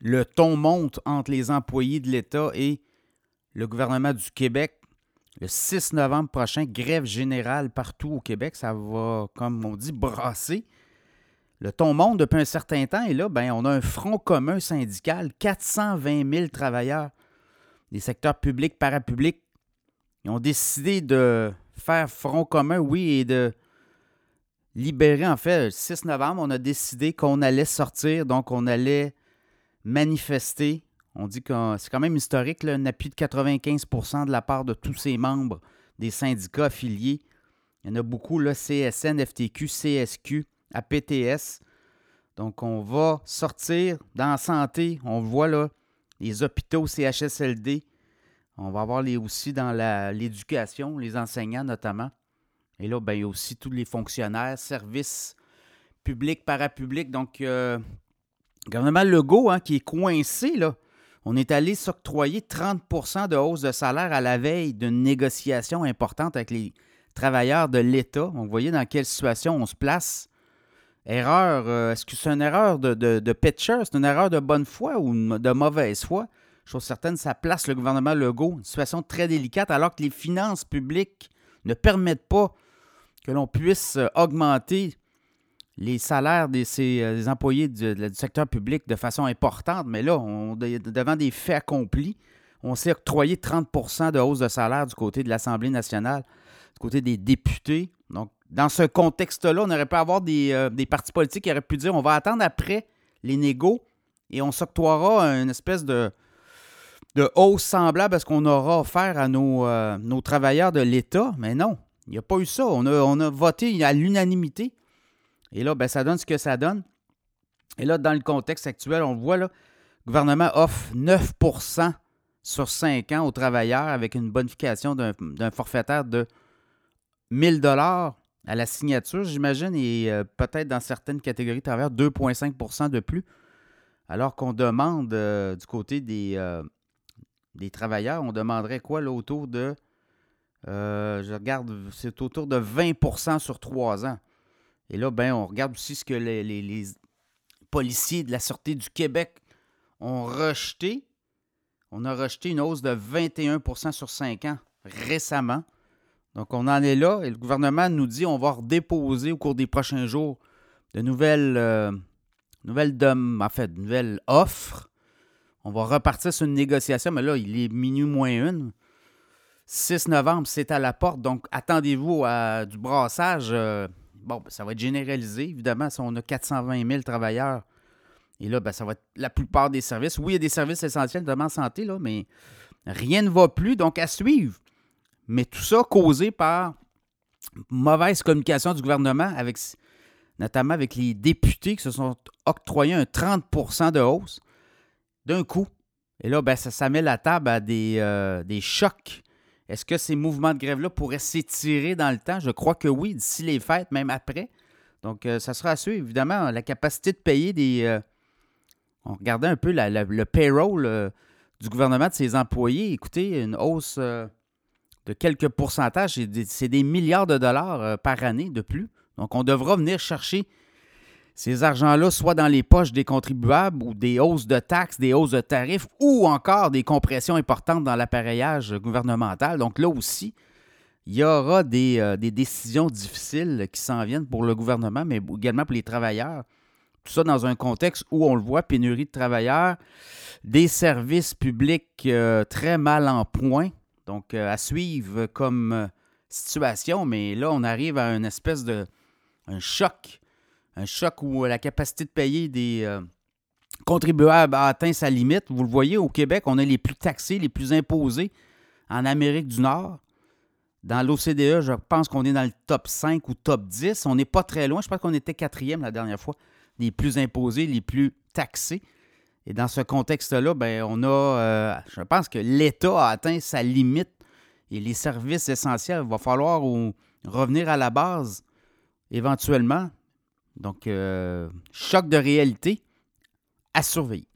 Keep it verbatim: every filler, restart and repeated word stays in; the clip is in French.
le ton monte entre les employés de l'État et le gouvernement du Québec. Le six novembre prochain, grève générale partout au Québec. Ça va, comme on dit, brasser. Le ton monte depuis un certain temps. Et là, ben, on a un front commun syndical. quatre cent vingt mille travailleurs des secteurs publics, parapublics. Ils ont décidé de faire front commun, oui, et de libérer, en fait, le six novembre, on a décidé qu'on allait sortir, donc on allait manifester. On dit que c'est quand même historique, là, un appui de quatre-vingt-quinze pour cent de la part de tous ces membres des syndicats affiliés. Il y en a beaucoup, là, C S N, F T Q, C S Q, A P T S. Donc, on va sortir dans la santé. On voit, là, les hôpitaux, C H S L D. On va avoir les, aussi dans la, l'éducation, les enseignants notamment. Et là, ben, il y a aussi tous les fonctionnaires, services publics, parapublics. Donc, euh, le gouvernement Legault, hein, qui est coincé, là, on est allé s'octroyer trente pour cent de hausse de salaire à la veille d'une négociation importante avec les travailleurs de l'État. Donc, vous voyez dans quelle situation on se place. Erreur, euh, est-ce que c'est une erreur de, de, de pitcher? C'est une erreur de bonne foi ou de mauvaise foi? Chose certaine, ça place le gouvernement Legault, une situation très délicate, alors que les finances publiques ne permettent pas que l'on puisse augmenter les salaires des, ces, des employés du, du secteur public de façon importante. Mais là, on, devant des faits accomplis, on s'est octroyé trente pour cent de hausse de salaire du côté de l'Assemblée nationale, du côté des députés. Donc, dans ce contexte-là, on aurait pu avoir des, euh, des partis politiques qui auraient pu dire on va attendre après les négos et on s'octroiera une espèce de, de hausse semblable à ce qu'on aura offert à nos, euh, nos travailleurs de l'État. Mais non. Il n'y a pas eu ça. On a, on a voté à l'unanimité. Et là, ben, ça donne ce que ça donne. Et là, dans le contexte actuel, on le voit, là, le gouvernement offre neuf pour cent sur cinq ans aux travailleurs avec une bonification d'un, d'un forfaitaire de mille dollars à la signature, j'imagine, et euh, peut-être dans certaines catégories de travailleurs, deux virgule cinq pour cent de plus. Alors qu'on demande euh, du côté des, euh, des travailleurs, on demanderait quoi, là, autour de... Euh, je regarde, c'est autour de vingt pour cent sur trois ans. Et là, ben, on regarde aussi ce que les, les, les policiers de la Sûreté du Québec ont rejeté. On a rejeté une hausse de vingt et un pour cent sur cinq ans récemment. Donc, on en est là. Et le gouvernement nous dit qu'on va redéposer au cours des prochains jours de nouvelles, euh, nouvelles, de, en fait, de nouvelles offres. On va repartir sur une négociation, mais là, il est minuit moins une. six novembre, c'est à la porte, donc attendez-vous à du brassage. Euh, bon, ben, ça va être généralisé, évidemment, si on a quatre cent vingt mille travailleurs. Et là, ben, ça va être la plupart des services. Oui, il y a des services essentiels, notamment en santé, là, mais rien ne va plus, donc à suivre. Mais tout ça causé par mauvaise communication du gouvernement, avec, notamment avec les députés qui se sont octroyés un trente pour cent de hausse d'un coup. Et là, ben, ça, ça met la table à des, euh, des chocs. Est-ce que ces mouvements de grève-là pourraient s'étirer dans le temps? Je crois que oui, d'ici les fêtes, même après. Donc, euh, ça sera à suivre. Évidemment, la capacité de payer des... Euh, on regardait un peu la, la, le payroll euh, du gouvernement de ses employés. Écoutez, une hausse euh, de quelques pourcentages, c'est des, c'est des milliards de dollars euh, par année de plus. Donc, on devra venir chercher ces argents-là, soit dans les poches des contribuables ou des hausses de taxes, des hausses de tarifs ou encore des compressions importantes dans l'appareillage gouvernemental. Donc là aussi, il y aura des, euh, des décisions difficiles qui s'en viennent pour le gouvernement, mais également pour les travailleurs. Tout ça dans un contexte où on le voit, pénurie de travailleurs, des services publics euh, très mal en point. Donc euh, à suivre comme euh, situation, mais là, on arrive à une espèce de un choc. Un choc où la capacité de payer des euh, contribuables a atteint sa limite. Vous le voyez, au Québec, on est les plus taxés, les plus imposés en Amérique du Nord. Dans l'O C D E, je pense qu'on est dans le top cinq ou top dix. On n'est pas très loin. Je pense qu'on était quatrième la dernière fois. Les plus imposés, les plus taxés. Et dans ce contexte-là, ben, on a, euh, je pense que l'État a atteint sa limite. Et les services essentiels, il va falloir ou, revenir à la base éventuellement. Donc, euh, choc de réalité à surveiller.